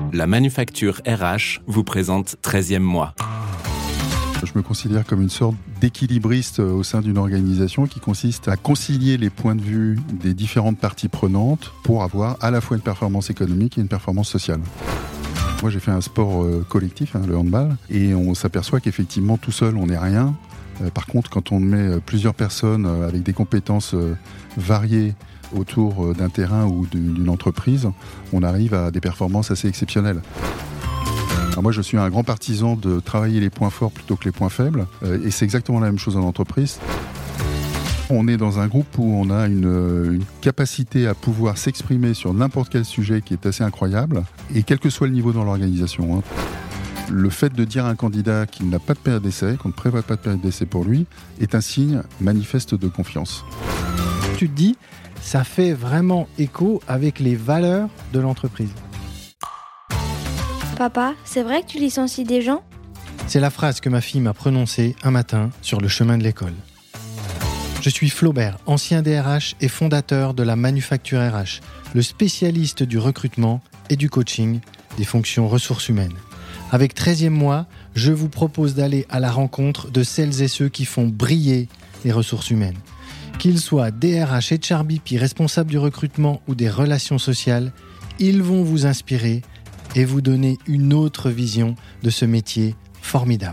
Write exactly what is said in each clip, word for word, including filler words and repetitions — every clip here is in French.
La Manufacture R H vous présente treizième mois. Je me considère comme une sorte d'équilibriste au sein d'une organisation qui consiste à concilier les points de vue des différentes parties prenantes pour avoir à la fois une performance économique et une performance sociale. Moi, j'ai fait un sport euh, collectif, hein, le handball, et on s'aperçoit qu'effectivement, tout seul, on n'est rien. Euh, par contre, quand on met plusieurs personnes euh, avec des compétences euh, variées autour euh, d'un terrain ou d'une, d'une entreprise, on arrive à des performances assez exceptionnelles. Alors moi, je suis un grand partisan de travailler les points forts plutôt que les points faibles, euh, et c'est exactement la même chose en entreprise. On est dans un groupe où on a une, une capacité à pouvoir s'exprimer sur n'importe quel sujet qui est assez incroyable, et quel que soit le niveau dans l'organisation. Hein. Le fait de dire à un candidat qu'il n'a pas de période d'essai, qu'on ne prévoit pas de période d'essai pour lui, est un signe manifeste de confiance. Tu te dis, ça fait vraiment écho avec les valeurs de l'entreprise. Papa, c'est vrai que tu licencies des gens ? C'est la phrase que ma fille m'a prononcée un matin sur le chemin de l'école. Je suis Flaubert, ancien D R H et fondateur de la Manufacture R H, le spécialiste du recrutement et du coaching des fonctions ressources humaines. Avec treizième mois, je vous propose d'aller à la rencontre de celles et ceux qui font briller les ressources humaines. Qu'ils soient D R H, H R B P, responsables du recrutement ou des relations sociales, ils vont vous inspirer et vous donner une autre vision de ce métier formidable.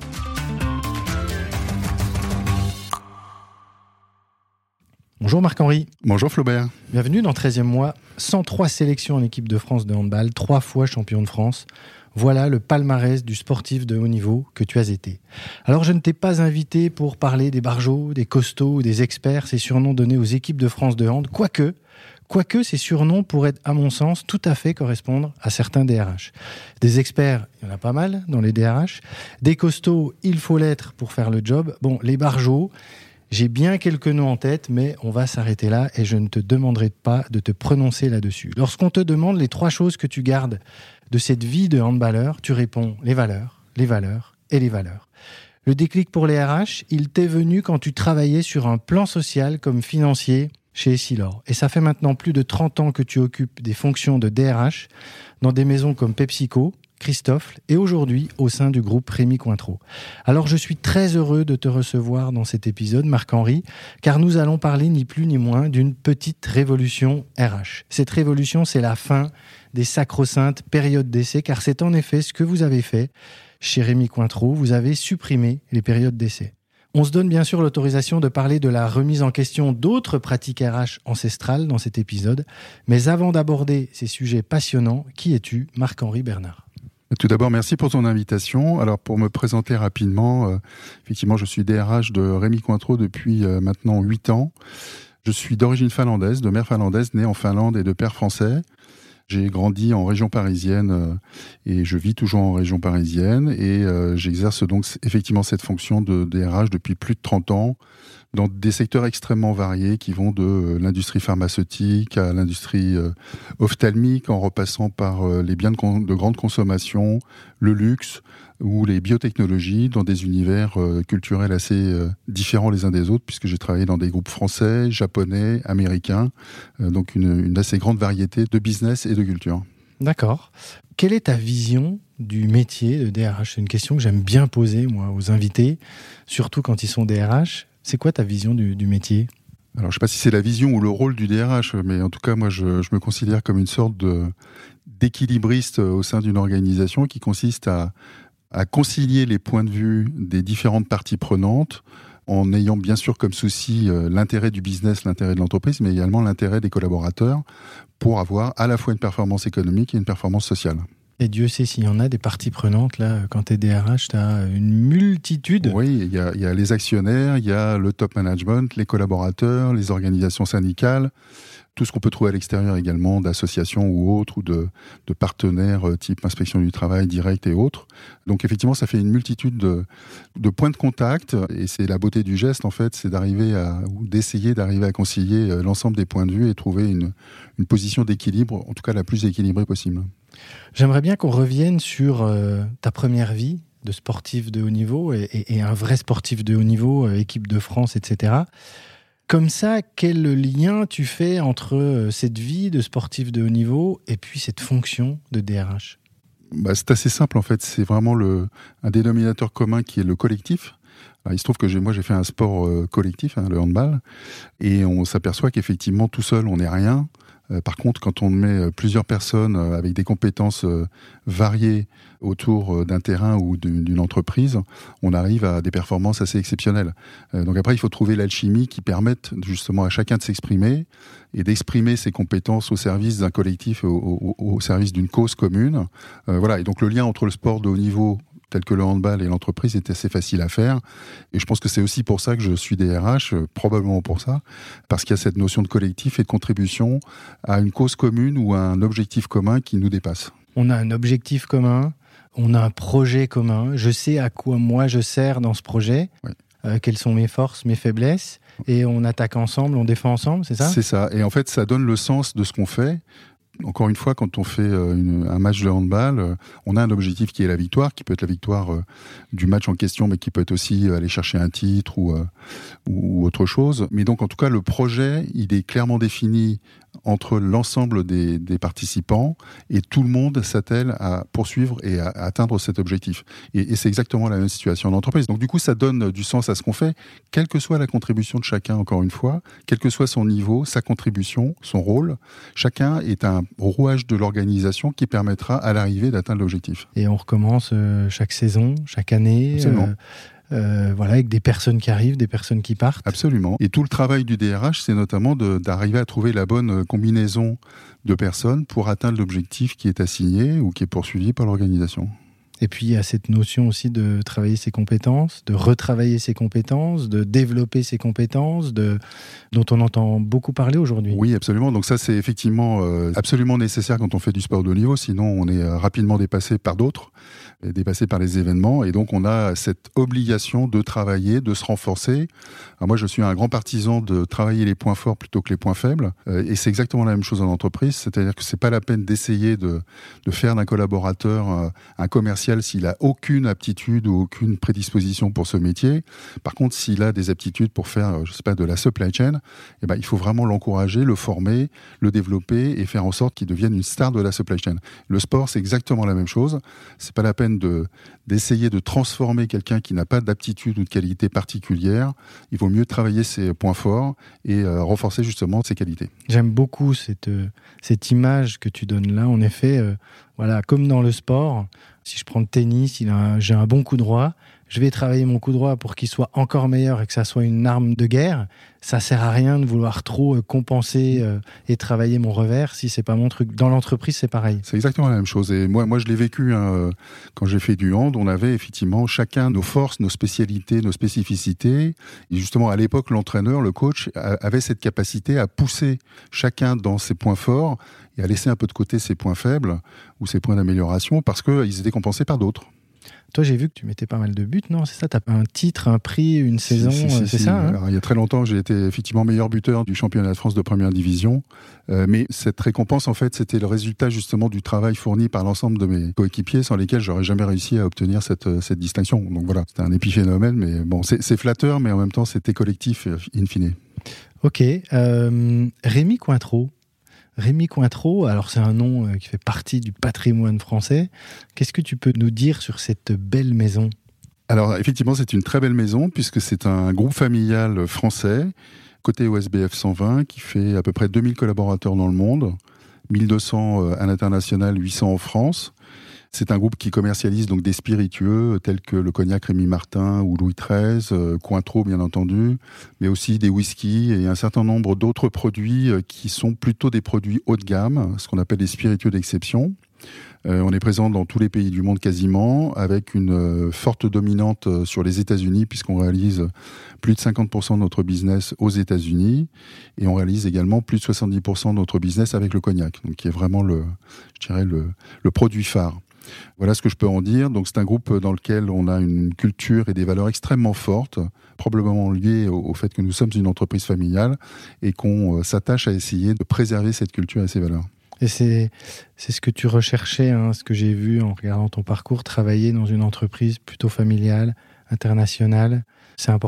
Bonjour Marc-Henri. Bonjour Flaubert. Bienvenue dans treizième mois, cent trois sélections en équipe de France de handball, trois fois champion de France. Voilà le palmarès du sportif de haut niveau que tu as été. Alors je ne t'ai pas invité pour parler des barjots, des costauds, des experts, ces surnoms donnés aux équipes de France de hand, quoique... Quoique ces surnoms pourraient, à mon sens, tout à fait correspondre à certains D R H. Des experts, il y en a pas mal dans les D R H. Des costauds, il faut l'être pour faire le job. Bon, les barjots, j'ai bien quelques noms en tête, mais on va s'arrêter là et je ne te demanderai pas de te prononcer là-dessus. Lorsqu'on te demande les trois choses que tu gardes de cette vie de handballeur, tu réponds les valeurs, les valeurs et les valeurs. Le déclic pour les R H, il t'est venu quand tu travaillais sur un plan social comme financier chez Essilor. Et ça fait maintenant plus de trente ans que tu occupes des fonctions de D R H dans des maisons comme PepsiCo, Christophe et aujourd'hui au sein du groupe Rémy Cointreau. Alors je suis très heureux de te recevoir dans cet épisode, Marc-Henri, car nous allons parler ni plus ni moins d'une petite révolution R H. Cette révolution, c'est la fin des sacro-saintes périodes d'essai, car c'est en effet ce que vous avez fait chez Rémy Cointreau, vous avez supprimé les périodes d'essai. On se donne bien sûr l'autorisation de parler de la remise en question d'autres pratiques R H ancestrales dans cet épisode. Mais avant d'aborder ces sujets passionnants, qui es-tu, Marc-Henri Bernard ? Tout d'abord, merci pour ton invitation. Alors, pour me présenter rapidement, euh, effectivement, je suis D R H de Rémy Cointreau depuis euh, maintenant huit ans. Je suis d'origine finlandaise, de mère finlandaise, née en Finlande et de père français. J'ai grandi en région parisienne euh, et je vis toujours en région parisienne et euh, j'exerce donc effectivement cette fonction de D R H depuis plus de trente ans dans des secteurs extrêmement variés qui vont de euh, l'industrie pharmaceutique à l'industrie euh, ophtalmique en repassant par euh, les biens de, con- de grande consommation, le luxe ou les biotechnologies dans des univers euh, culturels assez euh, différents les uns des autres puisque j'ai travaillé dans des groupes français, japonais, américains, euh, donc une, une assez grande variété de business et de culture. D'accord. Quelle est ta vision du métier de D R H ? C'est une question que j'aime bien poser moi aux invités, surtout quand ils sont D R H. C'est quoi ta vision du, du métier ? Alors, je ne sais pas si c'est la vision ou le rôle du D R H, mais en tout cas, moi, je, je me considère comme une sorte de, d'équilibriste au sein d'une organisation qui consiste à, à concilier les points de vue des différentes parties prenantes en ayant bien sûr comme souci euh, l'intérêt du business, l'intérêt de l'entreprise, mais également l'intérêt des collaborateurs pour avoir à la fois une performance économique et une performance sociale. Et Dieu sait s'il y en a des parties prenantes, là, quand tu es D R H, tu as une multitude. Oui, il y a, il y a les actionnaires, il y a le top management, les collaborateurs, les organisations syndicales, tout ce qu'on peut trouver à l'extérieur également, d'associations ou autres, ou de, de partenaires euh, type inspection du travail direct et autres. Donc effectivement, ça fait une multitude de, de points de contact, et c'est la beauté du geste, en fait, c'est d'arriver à, ou d'essayer d'arriver à concilier euh, l'ensemble des points de vue et trouver une, une position d'équilibre, en tout cas la plus équilibrée possible. J'aimerais bien qu'on revienne sur euh, ta première vie de sportif de haut niveau et, et, et un vrai sportif de haut niveau, euh, équipe de France, et cetera. Comme ça, quel lien tu fais entre euh, cette vie de sportif de haut niveau et puis cette fonction de D R H ? bah, C'est assez simple en fait, c'est vraiment le, un dénominateur commun qui est le collectif. Alors, il se trouve que j'ai, moi j'ai fait un sport euh, collectif, hein, le handball, et on s'aperçoit qu'effectivement tout seul on n'est rien. Euh, par contre, quand on met plusieurs personnes euh, avec des compétences euh, variées autour euh, d'un terrain ou d'une, d'une entreprise, on arrive à des performances assez exceptionnelles. Euh, donc après, il faut trouver l'alchimie qui permette justement à chacun de s'exprimer et d'exprimer ses compétences au service d'un collectif, au, au, au service d'une cause commune. Euh, voilà. Et donc le lien entre le sport de haut niveau tel que le handball et l'entreprise est assez facile à faire. Et je pense que c'est aussi pour ça que je suis D R H, euh, probablement pour ça, parce qu'il y a cette notion de collectif et de contribution à une cause commune ou à un objectif commun qui nous dépasse. On a un objectif commun, on a un projet commun, je sais à quoi moi je sers dans ce projet, oui. euh, quelles sont mes forces, mes faiblesses, et on attaque ensemble, on défend ensemble, c'est ça ? C'est ça, et en fait ça donne le sens de ce qu'on fait. Encore une fois, quand on fait une, un match de handball, euh, on a un objectif qui est la victoire, qui peut être la victoire euh, du match en question, mais qui peut être aussi euh, aller chercher un titre ou, euh, ou autre chose. Mais donc, en tout cas, le projet, il est clairement défini entre l'ensemble des, des participants et tout le monde s'attelle à poursuivre et à, à atteindre cet objectif. Et, et c'est exactement la même situation en entreprise. Donc du coup, ça donne du sens à ce qu'on fait, quelle que soit la contribution de chacun, encore une fois, quel que soit son niveau, sa contribution, son rôle, chacun est un rouage de l'organisation qui permettra à l'arrivée d'atteindre l'objectif. Et on recommence euh, chaque saison, chaque année. Absolument. Euh... Euh, voilà, avec des personnes qui arrivent, des personnes qui partent. Absolument. Et tout le travail du D R H, c'est notamment de, d'arriver à trouver la bonne combinaison de personnes pour atteindre l'objectif qui est assigné ou qui est poursuivi par l'organisation. Et puis, il y a cette notion aussi de travailler ses compétences, de retravailler ses compétences, de développer ses compétences, de... dont on entend beaucoup parler aujourd'hui. Oui, absolument. Donc ça, c'est effectivement euh, absolument nécessaire quand on fait du sport de haut niveau. Sinon, on est euh, rapidement dépassé par d'autres, et dépassé par les événements. Et donc, on a cette obligation de travailler, de se renforcer. Alors moi, je suis un grand partisan de travailler les points forts plutôt que les points faibles. Euh, et c'est exactement la même chose en entreprise. C'est-à-dire que c'est pas la peine d'essayer de, de faire d'un collaborateur euh, un commercial s'il a aucune aptitude ou aucune prédisposition pour ce métier. Par contre, s'il a des aptitudes pour faire, je sais pas, de la supply chain, eh ben, il faut vraiment l'encourager, le former, le développer et faire en sorte qu'il devienne une star de la supply chain. Le sport, c'est exactement la même chose. C'est pas la peine de, d'essayer de transformer quelqu'un qui n'a pas d'aptitude ou de qualité particulière. Il vaut mieux travailler ses points forts et euh, renforcer justement ses qualités. J'aime beaucoup cette, euh, cette image que tu donnes là. En effet, euh, voilà, comme dans le sport, si je prends le tennis, il a un, j'ai un bon coup droit, je vais travailler mon coup droit pour qu'il soit encore meilleur et que ça soit une arme de guerre. Ça sert à rien de vouloir trop euh, compenser euh, et travailler mon revers si c'est pas mon truc. Dans l'entreprise, c'est pareil. C'est exactement la même chose. Et moi, moi je l'ai vécu hein, quand j'ai fait du hand. On avait effectivement chacun nos forces, nos spécialités, nos spécificités. Et justement, à l'époque, l'entraîneur, le coach, avait cette capacité à pousser chacun dans ses points forts et à laisser un peu de côté ses points faibles ou ses points d'amélioration parce qu'ils étaient compensés par d'autres. Toi, j'ai vu que tu mettais pas mal de buts, non ? C'est ça ? Tu as un titre, un prix, une saison, si, si, c'est si. ça hein ? Alors, il y a très longtemps, j'ai été effectivement meilleur buteur du championnat de France de première division. Euh, mais cette récompense, en fait, c'était le résultat justement du travail fourni par l'ensemble de mes coéquipiers sans lesquels j'aurais jamais réussi à obtenir cette, cette distinction. Donc voilà, c'était un épiphénomène, mais bon, c'est, c'est flatteur, mais en même temps, c'était collectif in fine. Ok. Euh, Rémi Cointreau. Rémi Cointreau, alors c'est un nom qui fait partie du patrimoine français. Qu'est-ce que tu peux nous dire sur cette belle maison ? Alors effectivement, c'est une très belle maison puisque c'est un groupe familial français, côté O S B F cent vingt, qui fait à peu près deux mille collaborateurs dans le monde, mille deux cents à l'international, huit cents en France. C'est un groupe qui commercialise donc des spiritueux tels que le cognac Rémy Martin ou Louis treize, euh, Cointreau bien entendu, mais aussi des whiskies et un certain nombre d'autres produits euh, qui sont plutôt des produits haut de gamme, ce qu'on appelle des spiritueux d'exception. Euh, on est présent dans tous les pays du monde quasiment, avec une euh, forte dominante euh, sur les États-Unis, puisqu'on réalise plus de cinquante pour cent de notre business aux États-Unis, et on réalise également plus de soixante-dix pour cent de notre business avec le cognac, donc qui est vraiment le, je dirais le, le produit phare. Voilà ce que je peux en dire. Donc c'est un groupe dans lequel on a une culture et des valeurs extrêmement fortes, probablement liées au, au fait que nous sommes une entreprise familiale et qu'on euh, s'attache à essayer de préserver cette culture et ces valeurs. Et c'est, c'est ce que tu recherchais, hein, ce que j'ai vu en regardant ton parcours, travailler dans une entreprise plutôt familiale, internationale. C'est important ça ?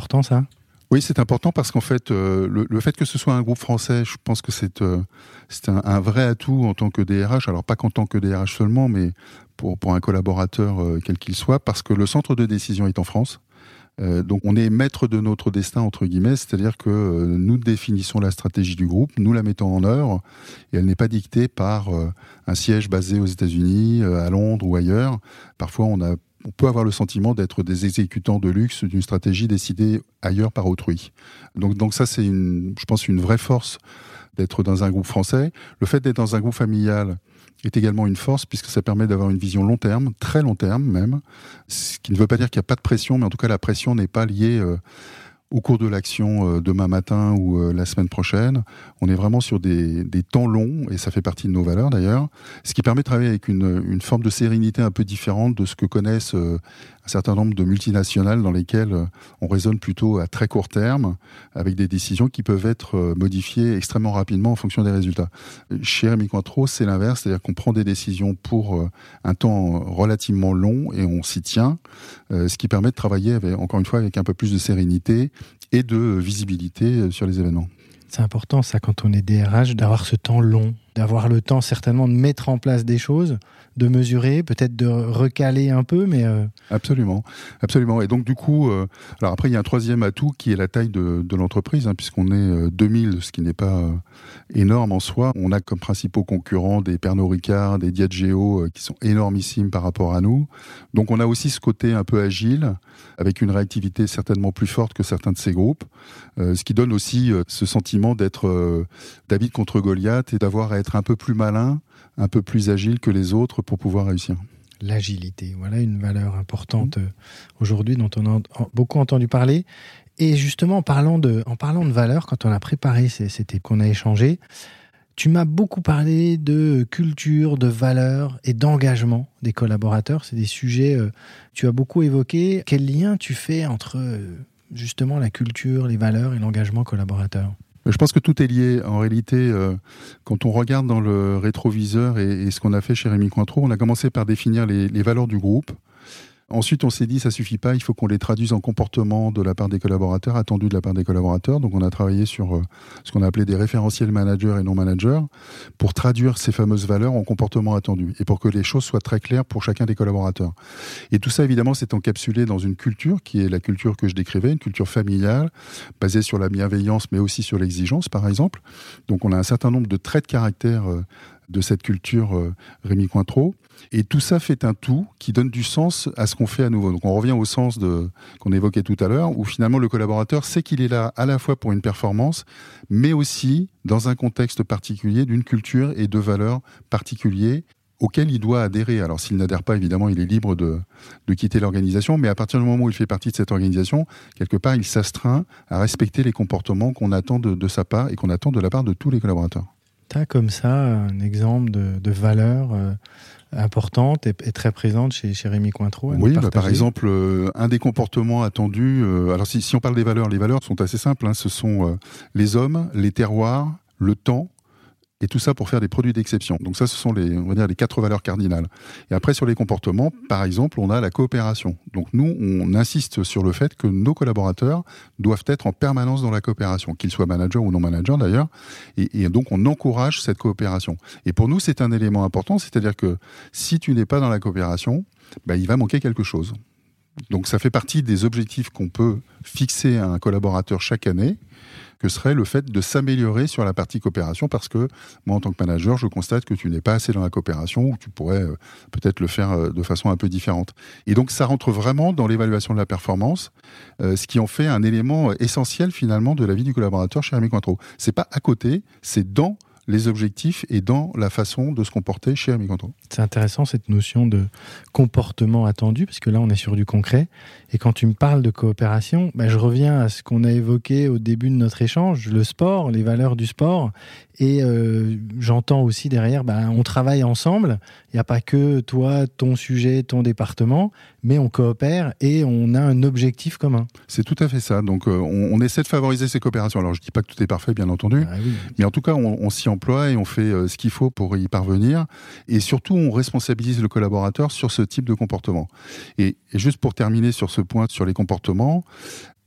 Oui, c'est important parce qu'en fait, euh, le, le fait que ce soit un groupe français, je pense que c'est, euh, c'est un, un vrai atout en tant que D R H. Alors pas qu'en tant que D R H seulement, mais pour, pour un collaborateur euh, quel qu'il soit, parce que le centre de décision est en France. Euh, donc on est maître de notre destin, entre guillemets, c'est-à-dire que euh, nous définissons la stratégie du groupe, nous la mettons en œuvre, et elle n'est pas dictée par euh, un siège basé aux États-Unis, euh, à Londres ou ailleurs. Parfois on a On peut avoir le sentiment d'être des exécutants de luxe d'une stratégie décidée ailleurs par autrui. Donc, donc ça, c'est, une, je pense, une vraie force d'être dans un groupe français. Le fait d'être dans un groupe familial est également une force, puisque ça permet d'avoir une vision long terme, très long terme même, ce qui ne veut pas dire qu'il n'y a pas de pression, mais en tout cas, la pression n'est pas liée euh, au cours de l'action euh, demain matin ou euh, la semaine prochaine. On est vraiment sur des, des temps longs, et ça fait partie de nos valeurs d'ailleurs, ce qui permet de travailler avec une, une forme de sérénité un peu différente de ce que connaissent euh, un certain nombre de multinationales dans lesquelles euh, on raisonne plutôt à très court terme, avec des décisions qui peuvent être euh, modifiées extrêmement rapidement en fonction des résultats. Chez Rémy Cointreau, c'est l'inverse, c'est-à-dire qu'on prend des décisions pour euh, un temps relativement long et on s'y tient, euh, ce qui permet de travailler, avec, encore une fois, avec un peu plus de sérénité et de visibilité sur les événements. C'est important, ça, quand on est D R H, d'avoir ce temps long, d'avoir le temps certainement de mettre en place des choses, de mesurer, peut-être de recaler un peu, mais... Euh... Absolument, absolument. Et donc du coup, euh, alors après il y a un troisième atout qui est la taille de, de l'entreprise, hein, puisqu'on est euh, deux mille, ce qui n'est pas euh, énorme en soi. On a comme principaux concurrents des Pernod Ricard, des Diageo, euh, qui sont énormissimes par rapport à nous. Donc on a aussi ce côté un peu agile, avec une réactivité certainement plus forte que certains de ces groupes, euh, ce qui donne aussi euh, ce sentiment d'être euh, David contre Goliath et d'avoir à être un peu plus malin, un peu plus agile que les autres pour pouvoir réussir. L'agilité, voilà une valeur importante mmh. aujourd'hui dont on a beaucoup entendu parler. Et justement, en parlant de, en parlant de valeurs, quand on a préparé, c'était qu'on a échangé, tu m'as beaucoup parlé de culture, de valeurs et d'engagement des collaborateurs. C'est des sujets que tu as beaucoup évoqués. Quel lien tu fais entre justement la culture, les valeurs et l'engagement collaborateur ? Je pense que tout est lié. En réalité, euh, quand on regarde dans le rétroviseur et, et ce qu'on a fait chez Rémy Cointreau, on a commencé par définir les, les valeurs du groupe. Ensuite, on s'est dit, ça suffit pas, il faut qu'on les traduise en comportement de la part des collaborateurs, attendu de la part des collaborateurs. Donc, on a travaillé sur euh, ce qu'on a appelé des référentiels managers et non managers pour traduire ces fameuses valeurs en comportement attendu et pour que les choses soient très claires pour chacun des collaborateurs. Et tout ça, évidemment, s'est encapsulé dans une culture qui est la culture que je décrivais, une culture familiale, basée sur la bienveillance, mais aussi sur l'exigence, par exemple. Donc, on a un certain nombre de traits de caractère euh, de cette culture euh, Rémy Cointreau. Et tout ça fait un tout qui donne du sens à ce qu'on fait à nouveau. Donc on revient au sens de, qu'on évoquait tout à l'heure, où finalement le collaborateur sait qu'il est là à la fois pour une performance, mais aussi dans un contexte particulier, d'une culture et de valeurs particuliers auxquelles il doit adhérer. Alors s'il n'adhère pas, évidemment, il est libre de, de quitter l'organisation, mais à partir du moment où il fait partie de cette organisation, quelque part, il s'astreint à respecter les comportements qu'on attend de, de sa part et qu'on attend de la part de tous les collaborateurs. Tu as comme ça un exemple de, de valeur euh, importante et, et très présente chez, chez Rémy Cointreau? Oui, bah, par exemple, euh, un des comportements attendus, euh, alors si, si on parle des valeurs, les valeurs sont assez simples, hein, ce sont euh, les hommes, les terroirs, le temps, et tout ça pour faire des produits d'exception. Donc ça, ce sont les, on va dire, les quatre valeurs cardinales. Et après, sur les comportements, par exemple, on a la coopération. Donc nous, on insiste sur le fait que nos collaborateurs doivent être en permanence dans la coopération, qu'ils soient managers ou non managers d'ailleurs. Et, et donc, on encourage cette coopération. Et pour nous, c'est un élément important, c'est-à-dire que si tu n'es pas dans la coopération, bah, il va manquer quelque chose. Donc ça fait partie des objectifs qu'on peut fixer à un collaborateur chaque année, que serait le fait de s'améliorer sur la partie coopération, parce que moi, en tant que manager, je constate que tu n'es pas assez dans la coopération, ou que tu pourrais euh, peut-être le faire euh, de façon un peu différente. Et donc, ça rentre vraiment dans l'évaluation de la performance, euh, ce qui en fait un élément essentiel, finalement, de la vie du collaborateur chez Rémy Cointreau. C'est pas à côté, c'est dans les objectifs et dans la façon de se comporter chez Rémy Cointreau. C'est intéressant cette notion de comportement attendu, parce que là on est sur du concret, et quand tu me parles de coopération, ben je reviens à ce qu'on a évoqué au début de notre échange, le sport, les valeurs du sport, et euh, j'entends aussi derrière, ben, on travaille ensemble, il n'y a pas que toi, ton sujet, ton département, mais on coopère et on a un objectif commun. C'est tout à fait ça, donc euh, on, on essaie de favoriser ces coopérations. Alors je ne dis pas que tout est parfait, bien entendu, ah, oui. mais en tout cas on, on s'y emploie et on fait euh, ce qu'il faut pour y parvenir, et surtout on responsabilise le collaborateur sur ce type de comportement. Et, et juste pour terminer sur ce point, sur les comportements,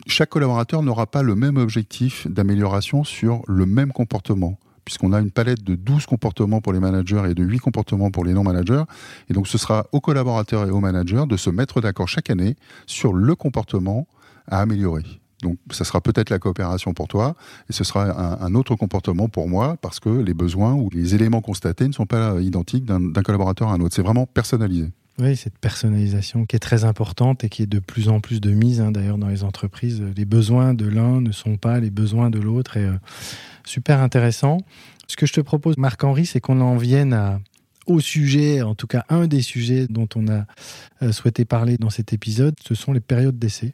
chaque collaborateur n'aura pas le même objectif d'amélioration sur le même comportement, puisqu'on a une palette de douze comportements pour les managers et de huit comportements pour les non-managers. Et donc, ce sera aux collaborateurs et aux managers de se mettre d'accord chaque année sur le comportement à améliorer. Donc, ça sera peut-être la coopération pour toi, et ce sera un, un autre comportement pour moi, parce que les besoins ou les éléments constatés ne sont pas identiques d'un, d'un collaborateur à un autre. C'est vraiment personnalisé. Oui, cette personnalisation qui est très importante et qui est de plus en plus de mise, hein, d'ailleurs, dans les entreprises. Les besoins de l'un ne sont pas les besoins de l'autre. Et euh, super intéressant. Ce que je te propose, Marc-Henri, c'est qu'on en vienne à, au sujet, en tout cas un des sujets dont on a euh, souhaité parler dans cet épisode, ce sont les périodes d'essai.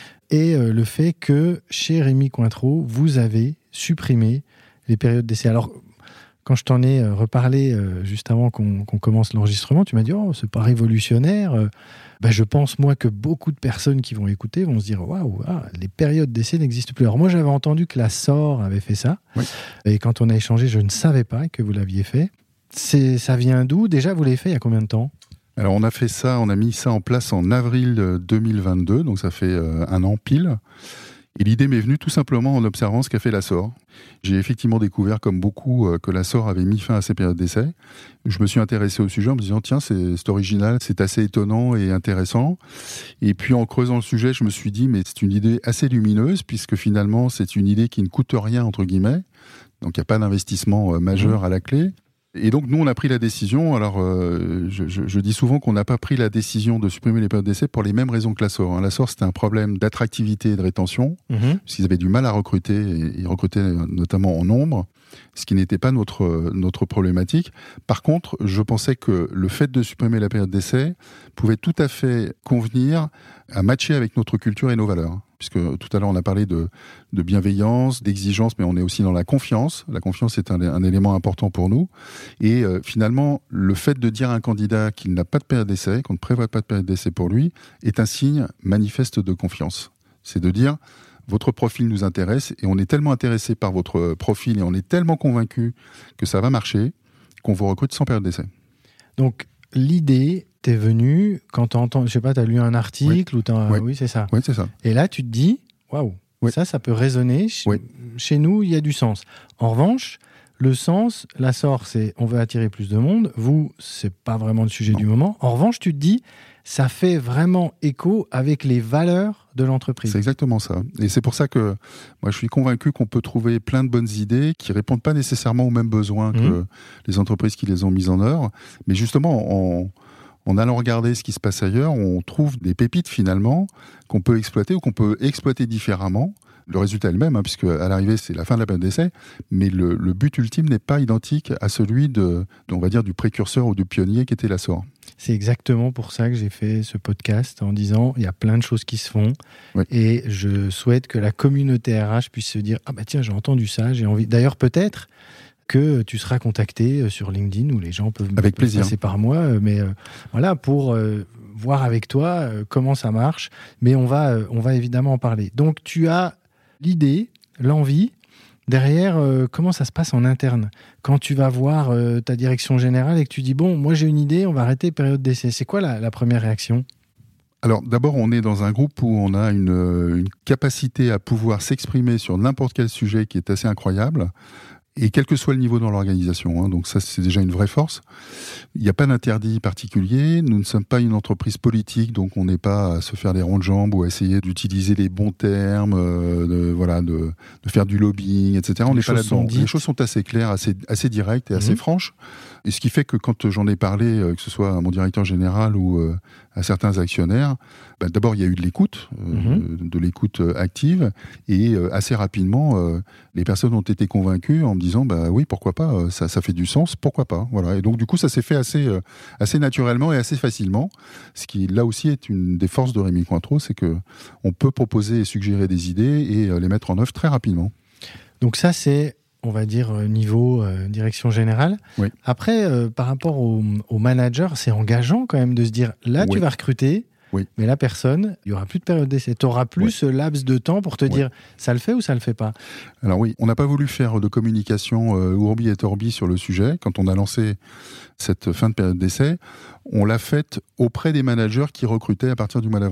Et euh, le fait que chez Rémy Cointreau, vous avez supprimé les périodes d'essai. Alors, quand je t'en ai reparlé euh, juste avant qu'on, qu'on commence l'enregistrement, tu m'as dit « Oh, c'est pas révolutionnaire euh, ». Ben, je pense, moi, que beaucoup de personnes qui vont écouter vont se dire « Waouh, ah, les périodes d'essai n'existent plus ». Alors moi, j'avais entendu que la S O R avait fait ça. Oui. Et quand on a échangé, je ne savais pas que vous l'aviez fait. C'est, ça vient d'où ? Déjà, vous l'avez fait il y a combien de temps ? Alors on a fait ça, on a mis ça en place en avril deux mille vingt-deux, donc ça fait euh, un an pile. Et l'idée m'est venue tout simplement en observant ce qu'a fait la S O R. J'ai effectivement découvert, comme beaucoup, euh, que la S O R avait mis fin à ses périodes d'essai. Je me suis intéressé au sujet en me disant, tiens, c'est, c'est original, c'est assez étonnant et intéressant. Et puis en creusant le sujet, je me suis dit, mais c'est une idée assez lumineuse, puisque finalement, c'est une idée qui ne coûte rien, entre guillemets. Donc il n'y a pas d'investissement euh, majeur à la clé. Et donc, nous, on a pris la décision. Alors, euh, je, je, je dis souvent qu'on n'a pas pris la décision de supprimer les périodes d'essai pour les mêmes raisons que la S O R. La S O R, c'était un problème d'attractivité et de rétention, mmh. parce qu'ils avaient du mal à recruter, et ils recrutaient notamment en nombre, ce qui n'était pas notre, notre problématique. Par contre, je pensais que le fait de supprimer la période d'essai pouvait tout à fait convenir à matcher avec notre culture et nos valeurs. Puisque tout à l'heure, on a parlé de, de bienveillance, d'exigence, mais on est aussi dans la confiance. La confiance est un, un élément important pour nous. Et euh, finalement, le fait de dire à un candidat qu'il n'a pas de période d'essai, qu'on ne prévoit pas de période d'essai pour lui, est un signe manifeste de confiance. C'est de dire, votre profil nous intéresse, et on est tellement intéressé par votre profil, et on est tellement convaincu que ça va marcher, qu'on vous recrute sans période d'essai. Donc, l'idée t'es venue quand tu entends, je sais pas, tu as lu un article, oui. ou t'as, oui. oui, c'est ça. Oui, c'est ça. Et là, tu te dis, waouh, oui. ça, ça peut résonner. Ch- oui. Chez nous, il y a du sens. En revanche, le sens, la S O R, c'est on veut attirer plus de monde. Vous, c'est pas vraiment le sujet non. du moment. En revanche, tu te dis, ça fait vraiment écho avec les valeurs de l'entreprise. C'est exactement ça. Et c'est pour ça que moi, je suis convaincu qu'on peut trouver plein de bonnes idées qui répondent pas nécessairement aux mêmes besoins mmh. que les entreprises qui les ont mises en œuvre. Mais justement, en, en allant regarder ce qui se passe ailleurs, on trouve des pépites finalement qu'on peut exploiter ou qu'on peut exploiter différemment. Le résultat est le même, hein, puisque à l'arrivée, c'est la fin de la période d'essai, mais le, le but ultime n'est pas identique à celui de, on va dire, du précurseur ou du pionnier qui était la S O R. C'est exactement pour ça que j'ai fait ce podcast en disant il y a plein de choses qui se font oui. et je souhaite que la communauté R H puisse se dire ah bah tiens j'ai entendu ça, j'ai envie. D'ailleurs peut-être que tu seras contacté sur LinkedIn où les gens peuvent avec plaisir. passer par moi, mais euh, voilà pour euh, voir avec toi euh, comment ça marche. Mais on va euh, on va évidemment en parler. Donc tu as l'idée, l'envie. Derrière, euh, comment ça se passe en interne ? Quand tu vas voir euh, ta direction générale et que tu dis « Bon, moi j'ai une idée, on va arrêter période d'essai ». C'est quoi la, la première réaction ? Alors d'abord, on est dans un groupe où on a une, une capacité à pouvoir s'exprimer sur n'importe quel sujet qui est assez incroyable. Et quel que soit le niveau dans l'organisation, hein, donc ça c'est déjà une vraie force. Il n'y a pas d'interdit particulier, nous ne sommes pas une entreprise politique, donc on n'est pas à se faire des ronds de jambes ou à essayer d'utiliser les bons termes, euh, de, voilà, de, de faire du lobbying, et cetera. On n'est pas là-dedans. Les choses sont assez claires, assez, assez directes et assez mmh. franches. Et ce qui fait que quand j'en ai parlé, euh, que ce soit à mon directeur général ou euh, à certains actionnaires, bah, d'abord il y a eu de l'écoute, euh, mmh. de l'écoute active, et euh, assez rapidement, euh, les personnes ont été convaincues en me disant bah oui pourquoi pas, ça, ça fait du sens, pourquoi pas, voilà. Et donc du coup ça s'est fait assez, euh, assez naturellement et assez facilement, ce qui là aussi est une des forces de Rémy Cointreau, c'est que on peut proposer et suggérer des idées et euh, les mettre en œuvre très rapidement. Donc ça c'est on va dire niveau euh, direction générale. Oui. Après, euh, par rapport au, au manager, c'est engageant quand même de se dire, là, oui. tu vas recruter, oui. mais la personne, il n'y aura plus de période d'essai. Tu n'auras plus oui. ce laps de temps pour te oui. dire, ça le fait ou ça le fait pas ? Alors oui, on n'a pas voulu faire de communication euh, ourbi et orbi sur le sujet. Quand on a lancé cette fin de période d'essai, on l'a faite auprès des managers qui recrutaient à partir du mois d'avril.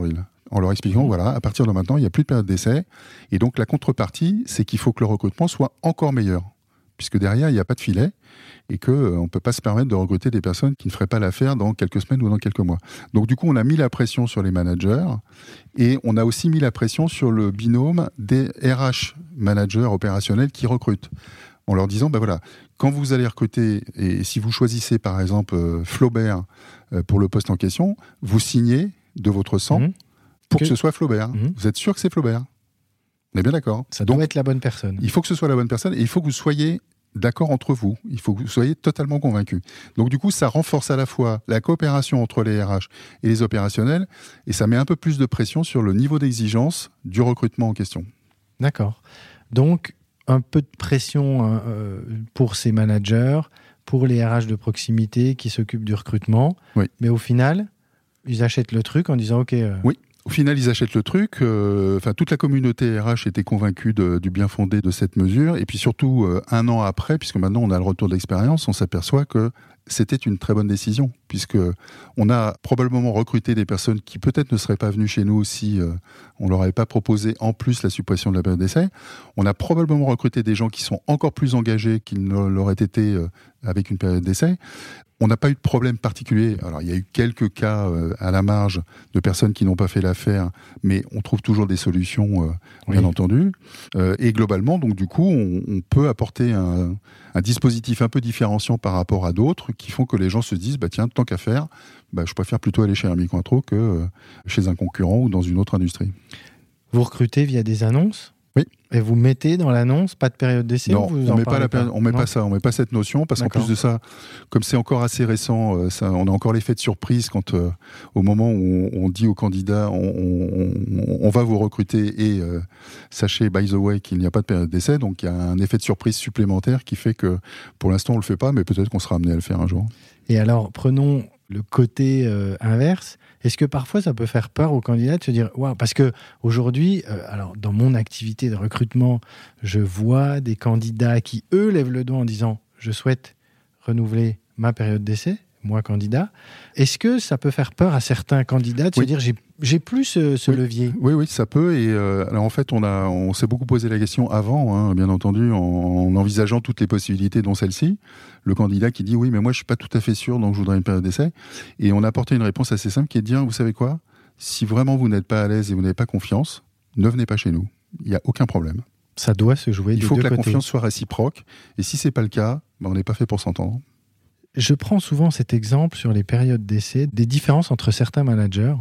en leur expliquant, voilà, à partir de maintenant, il n'y a plus de période d'essai. Et donc, la contrepartie, c'est qu'il faut que le recrutement soit encore meilleur. Puisque derrière, il n'y a pas de filet et qu'on euh, ne peut pas se permettre de recruter des personnes qui ne feraient pas l'affaire dans quelques semaines ou dans quelques mois. Donc, du coup, on a mis la pression sur les managers et on a aussi mis la pression sur le binôme des R H managers opérationnels qui recrutent. En leur disant, ben voilà, quand vous allez recruter, et si vous choisissez par exemple euh, Flaubert euh, pour le poste en question, vous signez de votre sang mmh. pour que... que ce soit Flaubert. Mmh. Vous êtes sûr que c'est Flaubert ? On est bien d'accord. Ça Donc, doit être la bonne personne. Il faut que ce soit la bonne personne et il faut que vous soyez d'accord entre vous. Il faut que vous soyez totalement convaincus. Donc du coup, ça renforce à la fois la coopération entre les R H et les opérationnels et ça met un peu plus de pression sur le niveau d'exigence du recrutement en question. D'accord. Donc, un peu de pression euh, pour ces managers, pour les R H de proximité qui s'occupent du recrutement. Oui. Mais au final, ils achètent le truc en disant « Ok... Euh... » Oui. Au final, ils achètent le truc. Euh, enfin, toute la communauté R H était convaincue de, du bien fondé de cette mesure. Et puis surtout, euh, un an après, puisque maintenant on a le retour d'expérience, on s'aperçoit que c'était une très bonne décision, puisque on a probablement recruté des personnes qui peut-être ne seraient pas venues chez nous si euh, on leur avait pas proposé en plus la suppression de la période d'essai. On a probablement recruté des gens qui sont encore plus engagés qu'ils ne l'auraient été euh, avec une période d'essai. On n'a pas eu de problème particulier. Alors, il y a eu quelques cas euh, à la marge de personnes qui n'ont pas fait l'affaire, mais on trouve toujours des solutions, euh, oui. bien entendu. Euh, et globalement, donc du coup, on, on peut apporter un, un dispositif un peu différenciant par rapport à d'autres qui font que les gens se disent, bah tiens, tant qu'à faire, bah, je préfère plutôt aller chez Rémy Cointreau que euh, chez un concurrent ou dans une autre industrie. Vous recrutez via des annonces ? Oui. Et vous mettez dans l'annonce pas de période d'essai? Non, ou vous on en met pas la pas, on met non pas ça, on met pas cette notion parce D'accord. qu'en plus de ça, comme c'est encore assez récent, euh, ça, on a encore l'effet de surprise quand euh, au moment où on, on dit aux candidats, on, on, on va vous recruter et euh, sachez by the way qu'il n'y a pas de période d'essai, donc il y a un effet de surprise supplémentaire qui fait que pour l'instant on le fait pas, mais peut-être qu'on sera amené à le faire un jour. Et alors prenons le côté euh, inverse. Est-ce que parfois ça peut faire peur aux candidats de se dire waouh, parce que aujourd'hui, euh, alors dans mon activité de recrutement, je vois des candidats qui eux lèvent le doigt en disant je souhaite renouveler ma période d'essai, moi candidat. Est-ce que ça peut faire peur à certains candidats de oui. se dire j'ai j'ai plus ce, ce oui. levier? Oui, oui, ça peut. Et euh, alors en fait, on a, on s'est beaucoup posé la question avant, hein, bien entendu, en, en envisageant toutes les possibilités, dont celle-ci. Le candidat qui dit oui, mais moi je suis pas tout à fait sûr, donc je voudrais une période d'essai. Et on a apporté une réponse assez simple qui est de dire, vous savez quoi, si vraiment vous n'êtes pas à l'aise et vous n'avez pas confiance, ne venez pas chez nous. Il n'y a aucun problème. Ça doit se jouer des deux côtés. Il faut que la confiance soit réciproque. Et si c'est pas le cas, ben on n'est pas fait pour s'entendre. Je prends souvent cet exemple sur les périodes d'essai, des différences entre certains managers.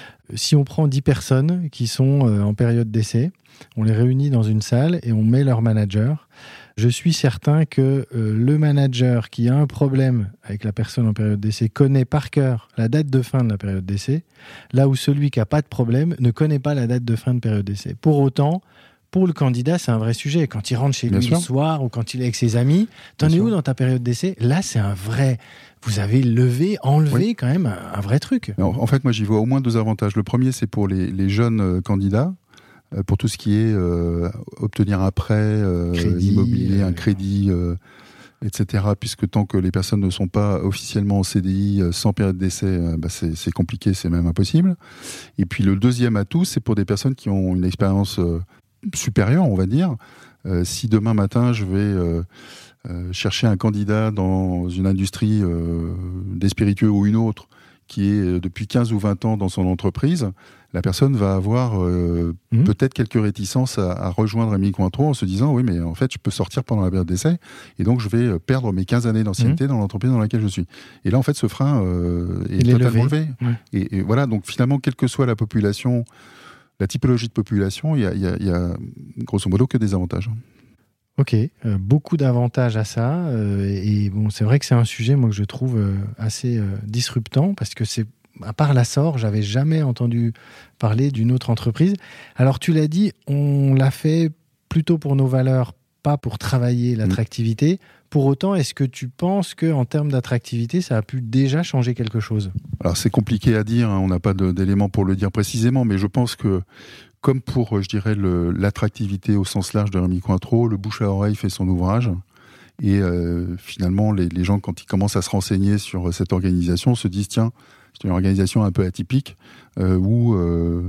Si on prend dix personnes qui sont en période d'essai, on les réunit dans une salle et on met leur manager. Je suis certain que euh, le manager qui a un problème avec la personne en période d'essai connaît par cœur la date de fin de la période d'essai, là où celui qui n'a pas de problème ne connaît pas la date de fin de période d'essai. Pour autant, pour le candidat, c'est un vrai sujet. Quand il rentre chez Bien lui sûr. le soir ou quand il est avec ses amis, t'en es où dans ta période d'essai? Là, c'est un vrai... Vous avez levé, enlevé oui. quand même un, un vrai truc. En, en fait, moi, j'y vois au moins deux avantages. Le premier, c'est pour les, les jeunes euh, candidats, euh, pour tout ce qui est euh, obtenir un prêt euh, Crédit, immobilier, euh, un crédit, euh, et cetera. Puisque tant que les personnes ne sont pas officiellement en C D I, euh, sans période d'essai, euh, bah, c'est, c'est compliqué, c'est même impossible. Et puis le deuxième atout, c'est pour des personnes qui ont une expérience euh, supérieure, on va dire. Euh, si demain matin, je vais... Euh, Euh, chercher un candidat dans une industrie euh, des spiritueux ou une autre qui est depuis quinze ou vingt ans dans son entreprise, la personne va avoir euh, mmh. peut-être quelques réticences à, à rejoindre Rémy Cointreau en se disant oui mais en fait je peux sortir pendant la période d'essai et donc je vais perdre mes quinze années d'ancienneté mmh. dans l'entreprise dans laquelle je suis. Et là en fait ce frein euh, est Il totalement est levé. levé. Ouais. Et, et voilà, donc finalement quelle que soit la population, la typologie de population, il y a, y a, y a grosso modo que des avantages. Ok, euh, beaucoup d'avantages à ça. Euh, et, et bon, c'est vrai que c'est un sujet moi que je trouve euh, assez euh, disruptant parce que c'est, à part l'Assor, j'avais jamais entendu parler d'une autre entreprise. Alors tu l'as dit, on l'a fait plutôt pour nos valeurs, pas pour travailler l'attractivité. Mmh. Pour autant, est-ce que tu penses qu'en termes d'attractivité, ça a pu déjà changer quelque chose? Alors c'est compliqué à dire, hein, on n'a pas de, d'éléments pour le dire précisément, mais je pense que comme pour, je dirais, le, l'attractivité au sens large de Rémy Cointreau, le bouche à oreille fait son ouvrage. Et euh, finalement, les, les gens, quand ils commencent à se renseigner sur cette organisation, se disent, tiens, c'est une organisation un peu atypique, euh, où euh,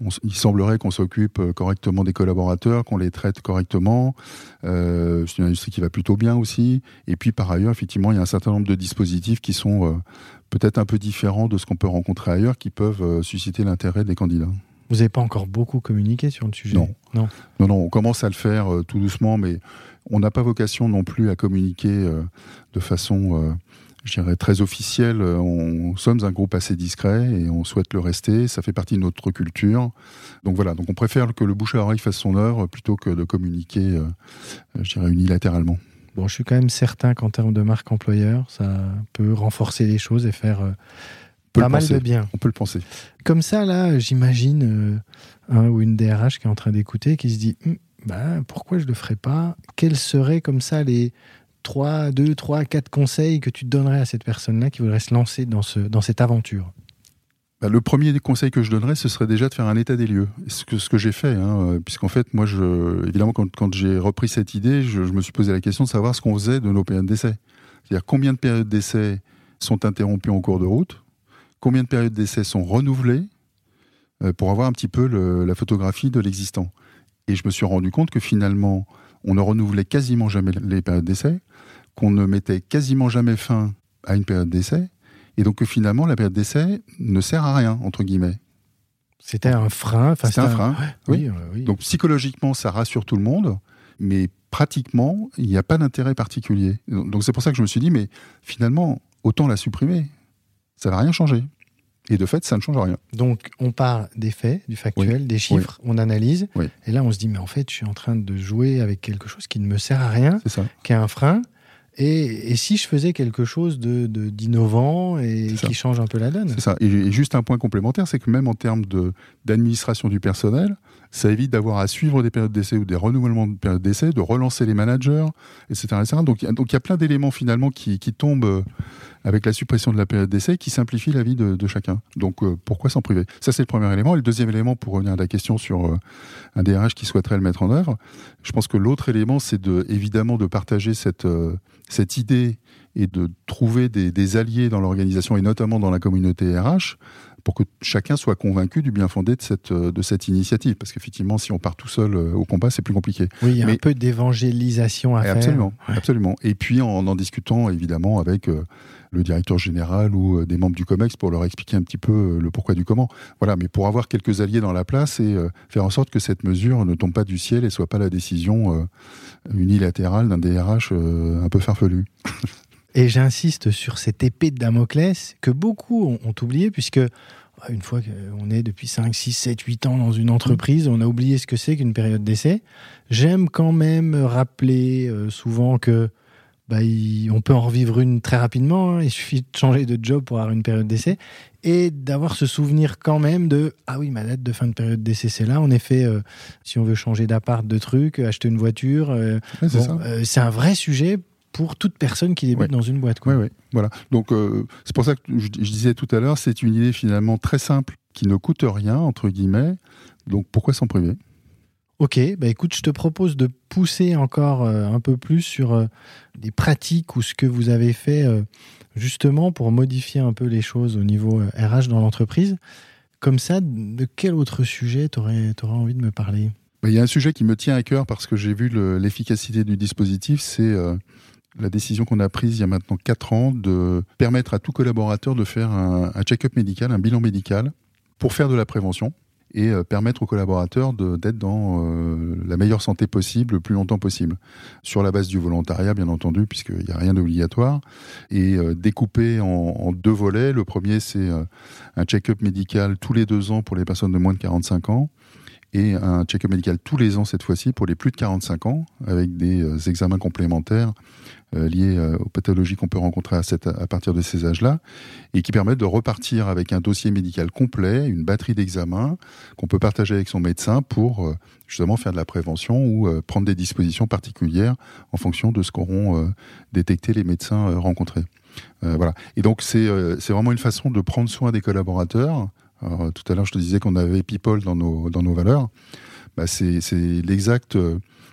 On, il semblerait qu'on s'occupe correctement des collaborateurs, qu'on les traite correctement. Euh, c'est une industrie qui va plutôt bien aussi. Et puis par ailleurs, effectivement, il y a un certain nombre de dispositifs qui sont euh, peut-être un peu différents de ce qu'on peut rencontrer ailleurs, qui peuvent euh, susciter l'intérêt des candidats. Vous n'avez pas encore beaucoup communiqué sur le sujet ? Non. Non, non, non, on commence à le faire euh, tout doucement, mais on n'a pas vocation non plus à communiquer euh, de façon, euh, je dirais, très officielle. On, on sommes un groupe assez discret et on souhaite le rester. Ça fait partie de notre culture. Donc voilà, donc on préfère que le bouche à oreille fasse son œuvre plutôt que de communiquer, euh, je dirais, unilatéralement. Bon, je suis quand même certain qu'en termes de marque employeur, ça peut renforcer les choses et faire... Euh... Pas mal de bien. On peut le penser. Comme ça, là, j'imagine euh, un ou une D R H qui est en train d'écouter, qui se dit hm, bah, pourquoi je ne le ferais pas ? Quels seraient comme ça les trois, deux, trois, quatre conseils que tu donnerais à cette personne-là qui voudrait se lancer dans, ce, dans cette aventure ? Bah, le premier conseil que je donnerais, ce serait déjà de faire un état des lieux. Ce que, ce que j'ai fait, hein, puisqu'en fait, moi, je, évidemment, quand, quand j'ai repris cette idée, je, je me suis posé la question de savoir ce qu'on faisait de nos périodes d'essai. C'est-à-dire combien de périodes d'essai sont interrompues en cours de route ? Combien de périodes d'essai sont renouvelées euh, pour avoir un petit peu le, la photographie de l'existant. Et je me suis rendu compte que finalement, on ne renouvelait quasiment jamais les périodes d'essai, qu'on ne mettait quasiment jamais fin à une période d'essai, et donc que finalement, la période d'essai ne sert à rien, entre guillemets. C'était un frein. C'était un frein, ouais, oui. Oui, euh, oui. Donc psychologiquement, ça rassure tout le monde, mais pratiquement, il n'y a pas d'intérêt particulier. Donc c'est pour ça que je me suis dit, mais finalement, autant la supprimer. Ça ne va rien changer. Et de fait, ça ne change rien. Donc, on part des faits, du factuel, oui. des chiffres, oui. On analyse. Oui. Et là, on se dit, mais en fait, je suis en train de jouer avec quelque chose qui ne me sert à rien, c'est ça. Qui est un frein. Et, et si je faisais quelque chose de, de, d'innovant et qui change un peu la donne ? C'est ça. Et, et juste un point complémentaire, c'est que même en termes de, d'administration du personnel, ça évite d'avoir à suivre des périodes d'essai ou des renouvellements de périodes d'essai, de relancer les managers, et cetera et cetera. Donc, donc il y a plein d'éléments finalement qui, qui tombent avec la suppression de la période d'essai qui simplifie la vie de, de chacun. Donc euh, pourquoi s'en priver ? Ça, c'est le premier élément. Et le deuxième élément, pour revenir à la question sur euh, un D R H qui souhaiterait le mettre en œuvre, je pense que l'autre élément, c'est de, évidemment de partager cette, euh, cette idée et de trouver des, des alliés dans l'organisation et notamment dans la communauté R H pour que chacun soit convaincu du bien fondé de cette, de cette initiative. Parce qu'effectivement, si on part tout seul au combat, c'est plus compliqué. Oui, il y a Mais, un peu d'évangélisation à faire. Absolument, ouais. absolument. Et puis en en discutant évidemment avec euh, le directeur général ou euh, des membres du COMEX pour leur expliquer un petit peu euh, le pourquoi du comment. Voilà, mais pour avoir quelques alliés dans la place et euh, faire en sorte que cette mesure ne tombe pas du ciel et soit pas la décision euh, unilatérale d'un D R H euh, un peu farfelu. Et j'insiste sur cette épée de Damoclès que beaucoup ont, ont oublié, puisque une fois qu'on est depuis cinq, six, sept, huit ans dans une entreprise, on a oublié ce que c'est qu'une période d'essai. J'aime quand même rappeler euh, souvent que bah, il, on peut en revivre une très rapidement. Hein. Il suffit de changer de job pour avoir une période d'essai et d'avoir ce souvenir quand même de « Ah oui, ma date de fin de période d'essai, c'est là. » En effet, euh, si on veut changer d'appart, de truc, acheter une voiture, euh, ouais, c'est, bon, euh, c'est un vrai sujet pour toute personne qui débute ouais. dans une boîte. Oui, oui, voilà. Donc, euh, c'est pour ça que je, je disais tout à l'heure, c'est une idée finalement très simple, qui ne coûte rien, entre guillemets. Donc, pourquoi s'en priver ? Ok, bah écoute, je te propose de pousser encore euh, un peu plus sur euh, des pratiques ou ce que vous avez fait euh, justement pour modifier un peu les choses au niveau euh, R H dans l'entreprise. Comme ça, de quel autre sujet t'aurais, t'aurais envie de me parler ? Bah, y a un sujet qui me tient à cœur parce que j'ai vu le, l'efficacité du dispositif, c'est euh, la décision qu'on a prise il y a maintenant quatre ans de permettre à tout collaborateur de faire un, un check-up médical, un bilan médical pour faire de la prévention et euh, permettre aux collaborateurs de, d'être dans euh, la meilleure santé possible le plus longtemps possible. Sur la base du volontariat, bien entendu, puisqu'il n'y a rien d'obligatoire, et euh, découpé en, en deux volets. Le premier, c'est euh, un check-up médical tous les deux ans pour les personnes de moins de quarante-cinq ans, et un check-up médical tous les ans cette fois-ci pour les plus de quarante-cinq ans, avec des euh, examens complémentaires euh, liés euh, aux pathologies qu'on peut rencontrer à, cette, à partir de ces âges-là, et qui permettent de repartir avec un dossier médical complet, une batterie d'examens qu'on peut partager avec son médecin pour euh, justement faire de la prévention ou euh, prendre des dispositions particulières en fonction de ce qu'auront euh, détecté les médecins euh, rencontrés. Euh, voilà. Et donc c'est, euh, c'est vraiment une façon de prendre soin des collaborateurs. Alors, tout à l'heure, je te disais qu'on avait people dans nos, dans nos valeurs. Bah, c'est, c'est l'exact euh,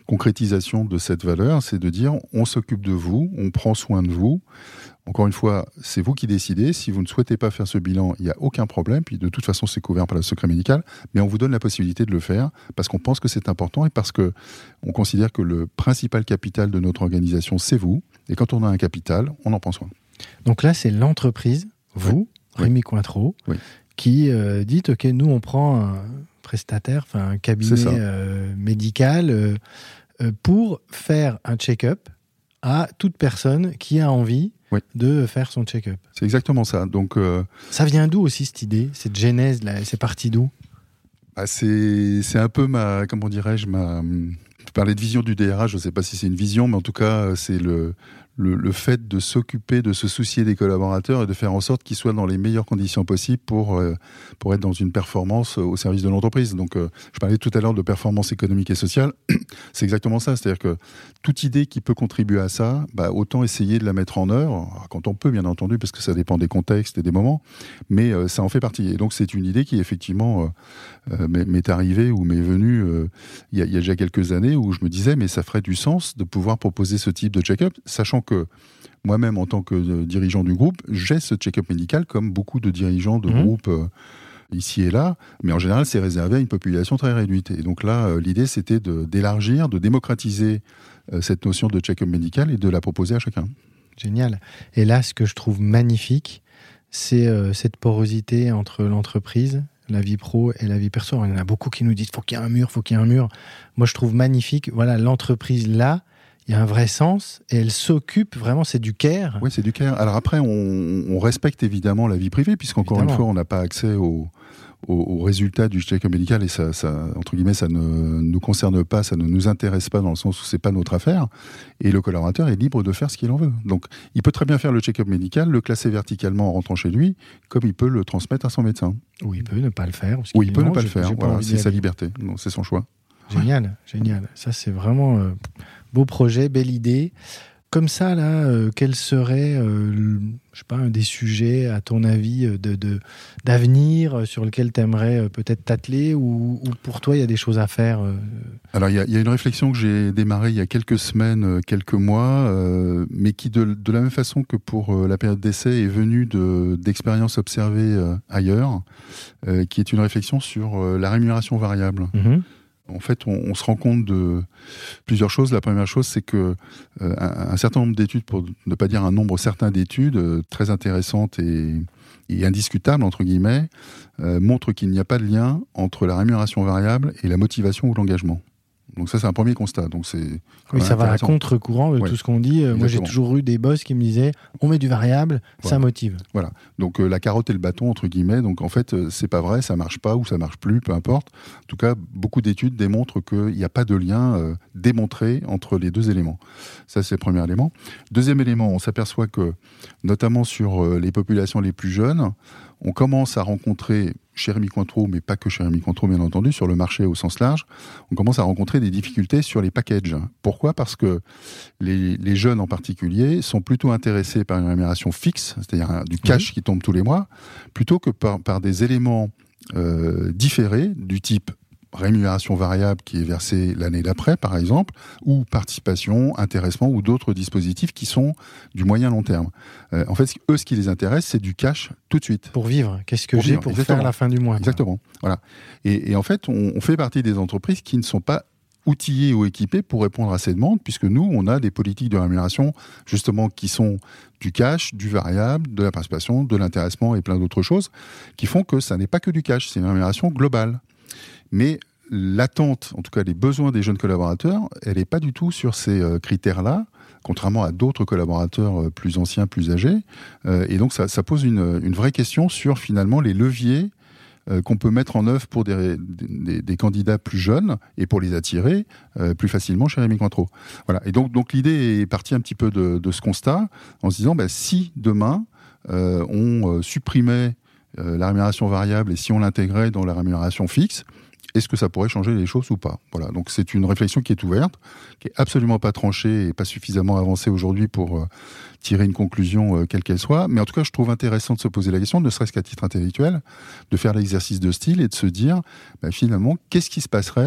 concrétisation de cette valeur, c'est de dire on s'occupe de vous, on prend soin de vous. Encore une fois, c'est vous qui décidez. Si vous ne souhaitez pas faire ce bilan, il n'y a aucun problème. Puis de toute façon, c'est couvert par le secret médical. Mais on vous donne la possibilité de le faire parce qu'on pense que c'est important et parce qu'on considère que le principal capital de notre organisation, c'est vous. Et quand on a un capital, on en prend soin. Donc là, c'est l'entreprise, vous, oui. Rémi Cointreau, oui. qui euh, dit, OK, nous, on prend un prestataire, enfin un cabinet euh, médical euh, euh, pour faire un check-up à toute personne qui a envie oui. de faire son check-up. C'est exactement ça. Donc, euh... ça vient d'où aussi cette idée, cette genèse, là, c'est parti d'où? bah, c'est, c'est un peu ma, comment dirais-je, ma... Je parlais de vision du D R H, je ne sais pas si c'est une vision, mais en tout cas, c'est le, le, le fait de s'occuper, de se soucier des collaborateurs et de faire en sorte qu'ils soient dans les meilleures conditions possibles pour, euh, pour être dans une performance au service de l'entreprise. Donc, euh, je parlais tout à l'heure de performance économique et sociale. C'est exactement ça. C'est-à-dire que toute idée qui peut contribuer à ça, bah, autant essayer de la mettre en œuvre, quand on peut, bien entendu, parce que ça dépend des contextes et des moments, mais euh, ça en fait partie. Et donc, c'est une idée qui, effectivement, euh, euh, m'est, m'est arrivée ou m'est venue euh, il y a, il y a déjà quelques années, où je me disais, mais ça ferait du sens de pouvoir proposer ce type de check-up, sachant que moi-même, en tant que dirigeant du groupe, j'ai ce check-up médical comme beaucoup de dirigeants de mmh. groupes euh, ici et là, mais en général, c'est réservé à une population très réduite. Et donc là, euh, l'idée, c'était de, d'élargir, de démocratiser euh, cette notion de check-up médical et de la proposer à chacun. Génial. Et là, ce que je trouve magnifique, c'est euh, cette porosité entre l'entreprise, la vie pro et la vie perso. Il y en a beaucoup qui nous disent faut qu'il y ait un mur, faut qu'il y ait un mur. Moi, je trouve magnifique. Voilà, l'entreprise là, il y a un vrai sens et elle s'occupe vraiment. C'est du care. Oui, c'est du care. Alors après, on, on respecte évidemment la vie privée, puisqu'encore évidemment. une fois, on n'a pas accès aux au, au résultats du check-up médical et ça, ça, entre guillemets, ça ne nous concerne pas, ça ne nous intéresse pas dans le sens où c'est pas notre affaire. Et le collaborateur est libre de faire ce qu'il en veut. Donc, il peut très bien faire le check-up médical, le classer verticalement en rentrant chez lui, comme il peut le transmettre à son médecin. Ou il peut ne pas le faire. Ou il peut non, ne pas le faire. Voilà, c'est sa liberté. Donc, c'est son choix. Génial, génial. Ça, c'est vraiment euh, beau projet, belle idée. Comme ça, là, euh, quel serait, euh, le, je sais pas, un des sujets, à ton avis, de, de, d'avenir sur lequel tu aimerais euh, peut-être t'atteler ou, ou pour toi, il y a des choses à faire euh... Alors, il y, y a une réflexion que j'ai démarrée il y a quelques semaines, quelques mois, euh, mais qui, de, de la même façon que pour euh, la période d'essai, est venue de, d'expériences observées euh, ailleurs, euh, qui est une réflexion sur euh, la rémunération variable. Mmh. En fait, on, on se rend compte de plusieurs choses. La première chose, c'est que euh, un, un certain nombre d'études, pour ne pas dire un nombre certain d'études, euh, très intéressantes et, et indiscutables, entre guillemets, euh, montrent qu'il n'y a pas de lien entre la rémunération variable et la motivation ou l'engagement. Donc ça, c'est un premier constat. Donc c'est oui, ça va à contre-courant de ouais. tout ce qu'on dit. Euh, moi, j'ai toujours eu des boss qui me disaient on met du variable, voilà. ça motive. Voilà. Donc euh, la carotte et le bâton, entre guillemets. Donc en fait, euh, c'est pas vrai, ça marche pas ou ça marche plus, peu importe. En tout cas, beaucoup d'études démontrent qu'il n'y a pas de lien euh, démontré entre les deux éléments. Ça, c'est le premier élément. Deuxième élément, on s'aperçoit que, notamment sur euh, les populations les plus jeunes, on commence à rencontrer, chez Rémi Cointreau, mais pas que chez Rémi Cointreau, bien entendu, sur le marché au sens large, on commence à rencontrer des difficultés sur les packages. Pourquoi ? Parce que les, les jeunes en particulier sont plutôt intéressés par une rémunération fixe, c'est-à-dire un, du cash oui. qui tombe tous les mois, plutôt que par, par des éléments euh, différés du type rémunération variable qui est versée l'année d'après, par exemple, ou participation, intéressement, ou d'autres dispositifs qui sont du moyen long terme. Euh, en fait, eux, ce qui les intéresse, c'est du cash tout de suite. Pour vivre. Qu'est-ce que pour j'ai vivre, pour exactement. faire la fin du mois. Exactement. Voilà. Et, et en fait, on, on fait partie des entreprises qui ne sont pas outillées ou équipées pour répondre à ces demandes, puisque nous, on a des politiques de rémunération, justement, qui sont du cash, du variable, de la participation, de l'intéressement et plein d'autres choses, qui font que ça n'est pas que du cash, c'est une rémunération globale. Mais l'attente, en tout cas les besoins des jeunes collaborateurs, elle n'est pas du tout sur ces euh, critères-là, contrairement à d'autres collaborateurs euh, plus anciens, plus âgés. Euh, et donc ça, ça pose une, une vraie question sur finalement les leviers euh, qu'on peut mettre en œuvre pour des, des, des candidats plus jeunes et pour les attirer euh, plus facilement chez Rémi Cointreau. Voilà. Et donc, donc l'idée est partie un petit peu de, de ce constat en se disant bah, si demain euh, on euh, supprimait euh, la rémunération variable et si on l'intégrait dans la rémunération fixe, est-ce que ça pourrait changer les choses ou pas ? Voilà, donc c'est une réflexion qui est ouverte, qui est absolument pas tranchée et pas suffisamment avancée aujourd'hui pour euh, tirer une conclusion euh, quelle qu'elle soit. Mais en tout cas, je trouve intéressant de se poser la question, ne serait-ce qu'à titre intellectuel, de faire l'exercice de style et de se dire, bah, finalement, qu'est-ce qui se passerait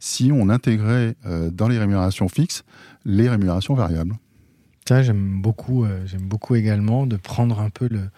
si on intégrait euh, dans les rémunérations fixes les rémunérations variables. Ça, j'aime beaucoup, euh, j'aime beaucoup également de prendre un peu le,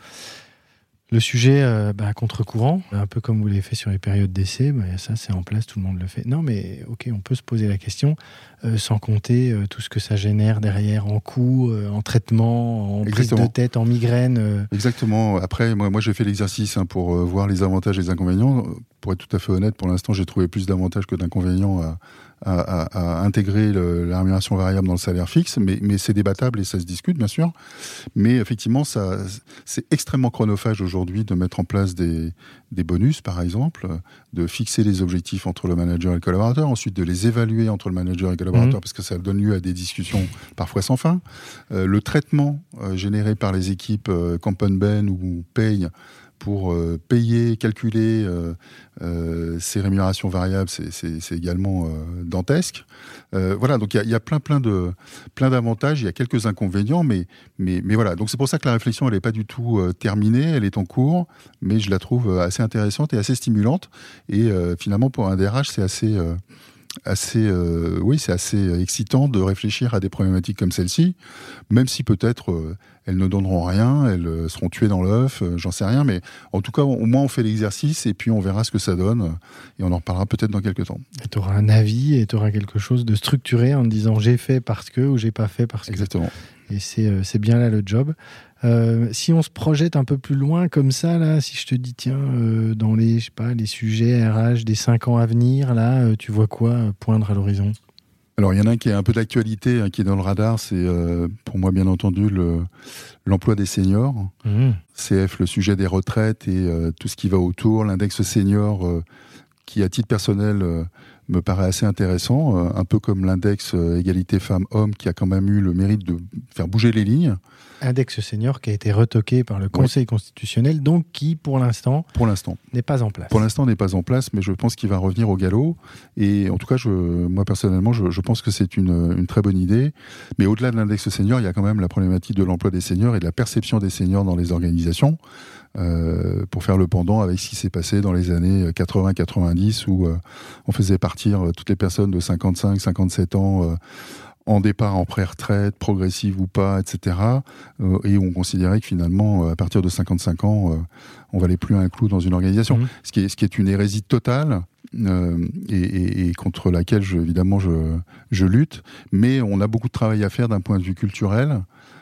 le sujet euh, bah, à contre-courant, un peu comme vous l'avez fait sur les périodes d'essai. Bah, ça, c'est en place, tout le monde le fait. Non, mais ok, on peut se poser la question, euh, sans compter euh, tout ce que ça génère derrière en coûts, euh, en traitement, en prise de tête, en migraine. Euh. Exactement. Après, moi, moi j'ai fait l'exercice hein, pour euh, voir les avantages et les inconvénients. Pour être tout à fait honnête, pour l'instant, j'ai trouvé plus d'avantages que d'inconvénients à, à, à, à intégrer le, la rémunération variable dans le salaire fixe, mais, mais c'est débattable et ça se discute, bien sûr. Mais effectivement, ça, c'est extrêmement chronophage aujourd'hui de mettre en place des, des bonus, par exemple, de fixer les objectifs entre le manager et le collaborateur, ensuite de les évaluer entre le manager et le collaborateur, mmh. parce que ça donne lieu à des discussions parfois sans fin. Euh, le traitement euh, généré par les équipes euh, Campen-Ben ou Paye pour euh, payer, calculer euh, euh, ces rémunérations variables, c'est, c'est, c'est également euh, dantesque. Euh, voilà, donc il y, y a plein, plein, de, plein d'avantages, il y a quelques inconvénients, mais, mais, mais voilà. Donc c'est pour ça que la réflexion, elle n'est pas du tout euh, terminée, elle est en cours, mais je la trouve assez intéressante et assez stimulante. Et euh, finalement, pour un D R H, c'est assez... Euh, assez, euh, oui, c'est assez excitant de réfléchir à des problématiques comme celle-ci, même si peut-être euh, elles ne donneront rien, elles euh, seront tuées dans l'œuf, euh, j'en sais rien, mais en tout cas, au moins on fait l'exercice et puis on verra ce que ça donne et on en reparlera peut-être dans quelques temps. Et tu auras un avis et tu auras quelque chose de structuré en te disant j'ai fait parce que ou j'ai pas fait parce que. Exactement. Et c'est, euh, c'est bien là le job. Euh, si on se projette un peu plus loin comme ça, là, si je te dis, tiens, euh, dans les, je sais pas, les sujets R H des cinq ans à venir, là, euh, tu vois quoi euh, poindre à l'horizon ? Alors, il y en a un qui est un peu d'actualité, hein, qui est dans le radar, c'est euh, pour moi, bien entendu, le, l'emploi des seniors. Mmh. C F, le sujet des retraites et euh, tout ce qui va autour, l'index senior, euh, qui, à titre personnel, euh, me paraît assez intéressant, euh, un peu comme l'index euh, égalité femmes-hommes, qui a quand même eu le mérite de faire bouger les lignes. Index senior qui a été retoqué par le Conseil oui. constitutionnel, donc qui, pour l'instant, pour l'instant, n'est pas en place. Pour l'instant, n'est pas en place, mais je pense qu'il va revenir au galop. Et en tout cas, je, moi, personnellement, je, je pense que c'est une, une très bonne idée. Mais au-delà de l'index senior, il y a quand même la problématique de l'emploi des seniors et de la perception des seniors dans les organisations. Euh, pour faire le pendant avec ce qui s'est passé dans les années quatre-vingts quatre-vingt-dix, où euh, on faisait partir euh, toutes les personnes de cinquante-cinq cinquante-sept ans euh, en départ en pré-retraite, progressive ou pas, et cetera. Euh, et où on considérait que finalement, à partir de cinquante-cinq ans, euh, on valait plus un clou dans une organisation. Mmh. Ce qui est, ce qui est une hérésie totale, euh, et, et, et contre laquelle, je, évidemment, je, je lutte. Mais on a beaucoup de travail à faire d'un point de vue culturel,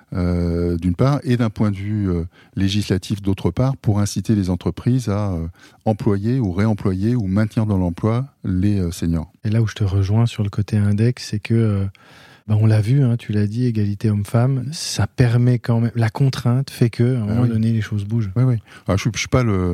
euh, d'une part, et d'un point de vue euh, législatif, d'autre part, pour inciter les entreprises à euh, employer ou réemployer ou maintenir dans l'emploi les euh, seniors. Et là où je te rejoins sur le côté index, c'est que... Euh... Ben on l'a vu, hein, tu l'as dit, égalité homme-femme, ça permet quand même... La contrainte fait que, à un ah moment oui. donné, les choses bougent. Oui, oui. Alors, je ne suis pas le...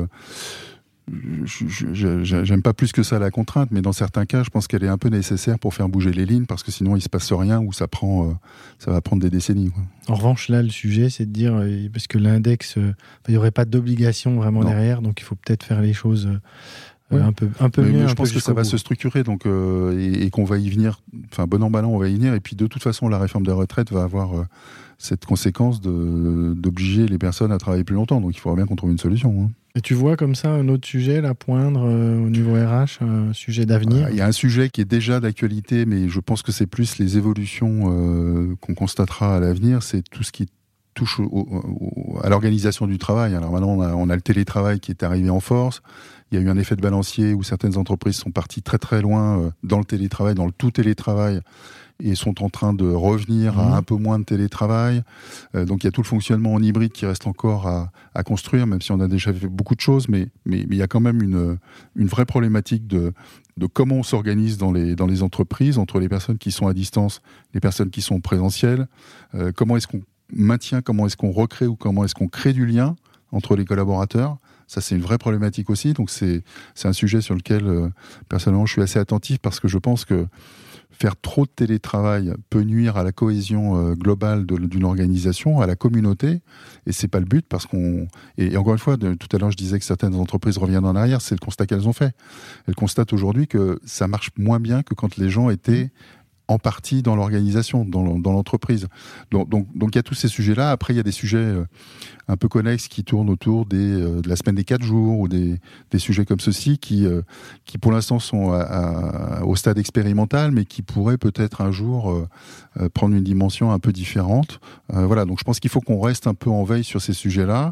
Je, je, je, j'aime pas plus que ça la contrainte, mais dans certains cas, je pense qu'elle est un peu nécessaire pour faire bouger les lignes, parce que sinon, il se passe rien ou ça prend, euh, ça va prendre des décennies, quoi. En revanche, là, le sujet, c'est de dire, euh, parce que l'index, euh, il n'y aurait pas d'obligation vraiment non. derrière, donc il faut peut-être faire les choses... Euh, Ouais. un peu, un peu mais, mieux. Mais je un pense peu que ça va bout. se structurer, donc euh, et, et qu'on va y venir. Enfin, bon an, mal an, on va y venir. Et puis, de toute façon, la réforme des retraites va avoir euh, cette conséquence de, d'obliger les personnes à travailler plus longtemps. Donc, il faudra bien qu'on trouve une solution. Hein. Et tu vois comme ça un autre sujet, là, poindre euh, au niveau R H, un sujet d'avenir ? Il euh, y a un sujet qui est déjà d'actualité, mais je pense que c'est plus les évolutions euh, qu'on constatera à l'avenir. C'est tout ce qui touche au, au, à l'organisation du travail. Alors maintenant, on a, on a le télétravail qui est arrivé en force. Il y a eu un effet de balancier où certaines entreprises sont parties très très loin euh, dans le télétravail, dans le tout télétravail, et sont en train de revenir mmh. à un peu moins de télétravail. Euh, donc il y a tout le fonctionnement en hybride qui reste encore à, à construire, même si on a déjà fait beaucoup de choses, mais, mais, mais il y a quand même une, une vraie problématique de, de comment on s'organise dans les, dans les entreprises, entre les personnes qui sont à distance, les personnes qui sont présentielles, euh, comment est-ce qu'on maintient, comment est-ce qu'on recrée ou comment est-ce qu'on crée du lien entre les collaborateurs. Ça, c'est une vraie problématique aussi. Donc, c'est, c'est un sujet sur lequel, euh, personnellement, je suis assez attentif parce que je pense que faire trop de télétravail peut nuire à la cohésion euh, globale de, d'une organisation, à la communauté. Et c'est pas le but parce qu'on... Et, et encore une fois, de, tout à l'heure, je disais que certaines entreprises reviennent en arrière. C'est le constat qu'elles ont fait. Elles constatent aujourd'hui que ça marche moins bien que quand les gens étaient en partie dans l'organisation, dans, dans l'entreprise. Donc, donc, donc, il y a tous ces sujets-là. Après, il y a des sujets euh, un peu connexes qui tournent autour des, euh, de la semaine des quatre jours ou des, des sujets comme ceci qui, euh, qui pour l'instant sont à, à, au stade expérimental, mais qui pourraient peut-être un jour euh, euh, prendre une dimension un peu différente. Euh, voilà. Donc, je pense qu'il faut qu'on reste un peu en veille sur ces sujets-là.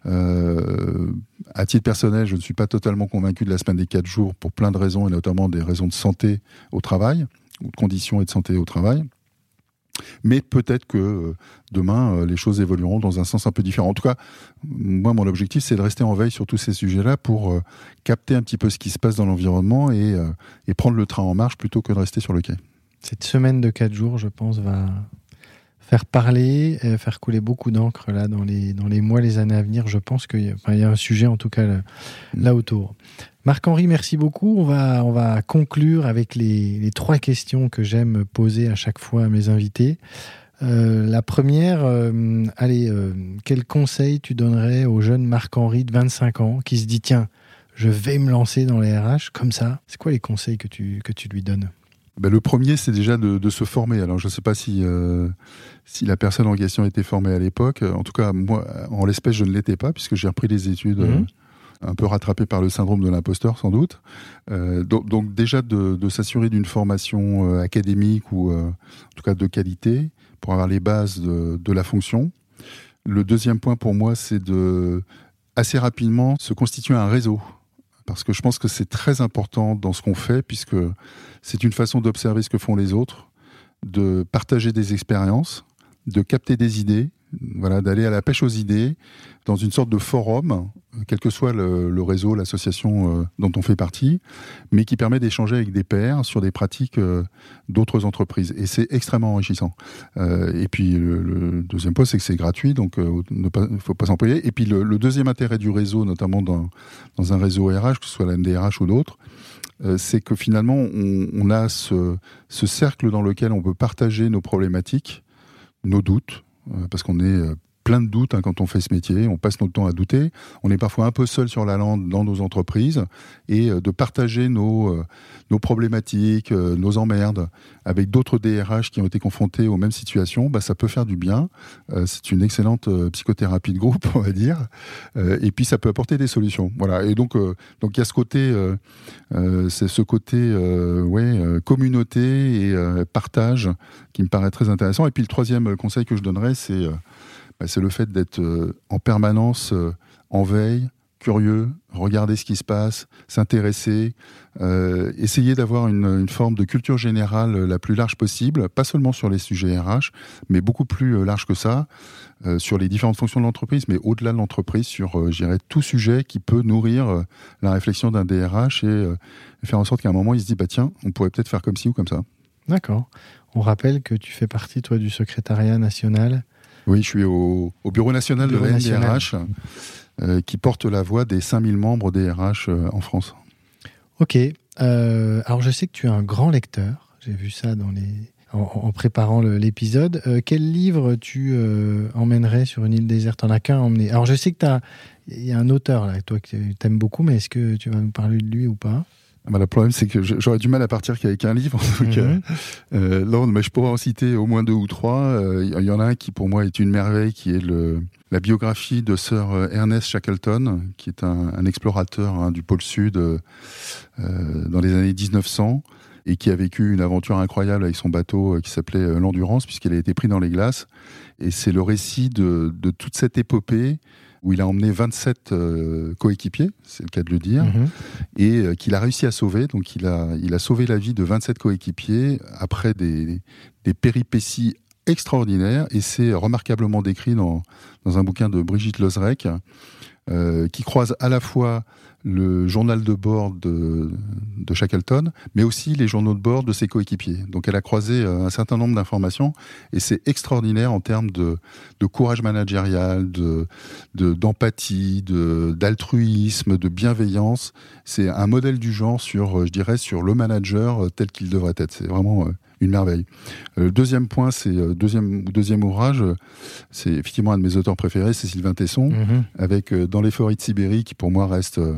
Euh, à titre personnel, je ne suis pas totalement convaincu de la semaine des quatre jours pour plein de raisons, et notamment des raisons de santé au travail, ou de conditions et de santé au travail. Mais peut-être que euh, demain, euh, les choses évolueront dans un sens un peu différent. En tout cas, moi, mon objectif, c'est de rester en veille sur tous ces sujets-là pour euh, capter un petit peu ce qui se passe dans l'environnement et, euh, et prendre le train en marche plutôt que de rester sur le quai. Cette semaine de quatre jours, je pense, va faire parler, euh, faire couler beaucoup d'encre là, dans, les, dans les mois, les années à venir. Je pense qu'il y a, enfin, il y a un sujet, en tout cas, là, là autour. Marc-Henri, merci beaucoup. On va, on va conclure avec les, les trois questions que j'aime poser à chaque fois à mes invités. Euh, la première, euh, allez, euh, quel conseil tu donnerais au jeune Marc-Henri de vingt-cinq ans qui se dit « Tiens, je vais me lancer dans les R H comme ça ». C'est quoi les conseils que tu, que tu lui donnes ? Ben, le premier, c'est déjà de, de se former. Alors, je ne sais pas si, euh, si la personne en question était formée à l'époque. En tout cas, moi, en l'espèce, je ne l'étais pas puisque j'ai repris les études... Mmh. Euh, un peu rattrapé par le syndrome de l'imposteur, sans doute. Euh, donc, donc déjà de, de s'assurer d'une formation euh, académique ou euh, en tout cas de qualité pour avoir les bases de, de la fonction. Le deuxième point pour moi, c'est de assez rapidement se constituer un réseau. Parce que je pense que c'est très important dans ce qu'on fait, puisque c'est une façon d'observer ce que font les autres, de partager des expériences, de capter des idées, voilà, d'aller à la pêche aux idées dans une sorte de forum, quel que soit le, le réseau, l'association euh, dont on fait partie, mais qui permet d'échanger avec des pairs sur des pratiques euh, d'autres entreprises. Et c'est extrêmement enrichissant. Euh, et puis le, le deuxième point, c'est que c'est gratuit, donc il euh, ne faut pas s'en payer. Et puis le, le deuxième intérêt du réseau, notamment dans, dans un réseau R H, que ce soit la M D R H ou d'autres, euh, c'est que finalement, on, on a ce, ce cercle dans lequel on peut partager nos problématiques, nos doutes, parce qu'on est plein de doutes hein, quand on fait ce métier, on passe notre temps à douter, on est parfois un peu seul sur la lande dans nos entreprises, et de partager nos, nos problématiques, nos emmerdes avec d'autres D R H qui ont été confrontés aux mêmes situations, bah, ça peut faire du bien. Euh, c'est une excellente psychothérapie de groupe, on va dire, euh, et puis ça peut apporter des solutions. Voilà. Et donc, euh, donc il y a ce côté, euh, euh, c'est ce côté euh, ouais, euh, communauté et euh, partage qui me paraît très intéressant. Et puis le troisième conseil que je donnerais, c'est euh, bah, c'est le fait d'être euh, en permanence euh, en veille, curieux, regarder ce qui se passe, s'intéresser, euh, essayer d'avoir une, une forme de culture générale la plus large possible, pas seulement sur les sujets R H, mais beaucoup plus euh, large que ça, euh, sur les différentes fonctions de l'entreprise, mais au-delà de l'entreprise, sur, euh, je dirais, tout sujet qui peut nourrir euh, la réflexion d'un D R H et euh, faire en sorte qu'à un moment, il se dit, bah tiens, on pourrait peut-être faire comme ci ou comme ça. D'accord. On rappelle que tu fais partie, toi, du secrétariat national. Oui, je suis au, au Bureau national Bureau de la M D R H. Euh, qui porte la voix des cinq mille membres des R H euh, en France. Ok. Euh, alors, je sais que tu es un grand lecteur. J'ai vu ça dans les... en, en préparant le, l'épisode. Euh, quel livre tu euh, emmènerais sur une île déserte ? T'en as qu'un à emmener. Alors, je sais que il y a un auteur, là, toi, que tu aimes beaucoup, mais est-ce que tu vas nous parler de lui ou pas ? Ah bah, le problème, c'est que j'aurais du mal à partir qu'avec un livre. Donc, mm-hmm. euh, là, mais je pourrais en citer au moins deux ou trois. Il euh, y en a un qui, pour moi, est une merveille, qui est le... la biographie de Sir Ernest Shackleton, qui est un, un explorateur hein, du pôle Sud euh, dans les années dix-neuf cents et qui a vécu une aventure incroyable avec son bateau euh, qui s'appelait euh, l'Endurance, puisqu'il a été pris dans les glaces. Et c'est le récit de, de toute cette épopée où il a emmené vingt-sept euh, coéquipiers, c'est le cas de le dire, mmh. et euh, qu'il a réussi à sauver. Donc il a, il a sauvé la vie de vingt-sept coéquipiers après des, des péripéties extraordinaire, et c'est remarquablement décrit dans, dans un bouquin de Brigitte Lozrec, euh, qui croise à la fois le journal de bord de, de Shackleton, mais aussi les journaux de bord de ses coéquipiers. Donc elle a croisé un certain nombre d'informations, et c'est extraordinaire en termes de, de courage managérial, de, de, d'empathie, de, d'altruisme, de bienveillance. C'est un modèle du genre sur, je dirais, sur le manager tel qu'il devrait être. C'est vraiment... Euh, une merveille. Le euh, deuxième point, c'est euh, deuxième deuxième ouvrage, euh, c'est effectivement un de mes auteurs préférés, c'est Sylvain Tesson, mmh. avec euh, Dans les forêts de Sibérie, qui pour moi reste euh,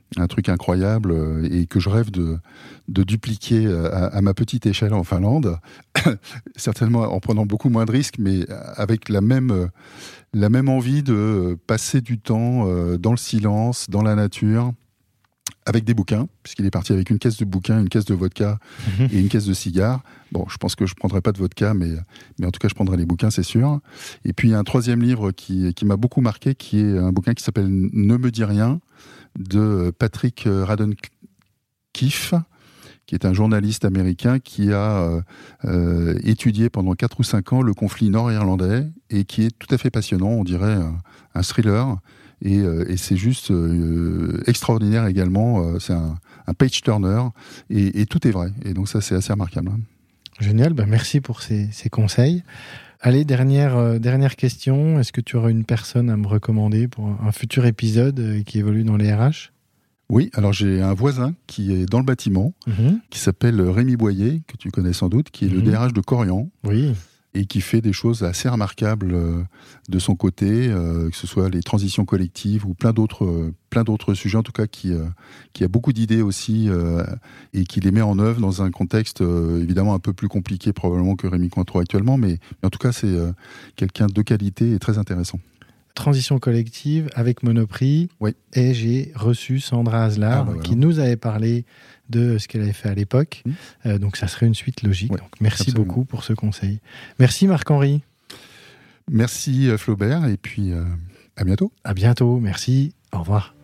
un truc incroyable euh, et que je rêve de, de dupliquer à, à ma petite échelle en Finlande, certainement en prenant beaucoup moins de risques, mais avec la même, la même envie de passer du temps euh, dans le silence, dans la nature, avec des bouquins, puisqu'il est parti avec une caisse de bouquins, une caisse de vodka mmh. et une caisse de cigares. Bon, je pense que je ne prendrai pas de vodka, mais, mais en tout cas, je prendrai les bouquins, c'est sûr. Et puis, il y a un troisième livre qui, qui m'a beaucoup marqué, qui est un bouquin qui s'appelle « Ne me dis rien » de Patrick Radcliffe, qui est un journaliste américain qui a euh, étudié pendant quatre ou cinq ans le conflit nord-irlandais et qui est tout à fait passionnant, on dirait un, un thriller. Et, euh, et c'est juste euh, extraordinaire également. Euh, c'est un, un page-turner et, et tout est vrai. Et donc ça, c'est assez remarquable. Hein. Génial, ben merci pour ces, ces conseils. Allez, dernière, euh, dernière question. Est-ce que tu auras une personne à me recommander pour un, un futur épisode euh, qui évolue dans les R H ? Oui, alors j'ai un voisin qui est dans le bâtiment, mmh. qui s'appelle Rémi Boyer, que tu connais sans doute, qui est mmh. le D R H de Korian. Oui. Et qui fait des choses assez remarquables euh, de son côté, euh, que ce soit les transitions collectives ou plein d'autres, euh, plein d'autres sujets, en tout cas, qui, euh, qui a beaucoup d'idées aussi euh, et qui les met en œuvre dans un contexte euh, évidemment un peu plus compliqué probablement que Rémi Cointreau actuellement, mais, mais en tout cas, c'est euh, quelqu'un de qualité et très intéressant. Transition collective avec Monoprix. Oui. Et j'ai reçu Sandra Aslar, ah bah voilà. qui nous avait parlé de ce qu'elle avait fait à l'époque. Mmh. Euh, donc, ça serait une suite logique. Ouais, donc, merci absolument. beaucoup pour ce conseil. Merci Marc-Henri. Merci Flaubert et puis euh, à bientôt. À bientôt. Merci. Au revoir.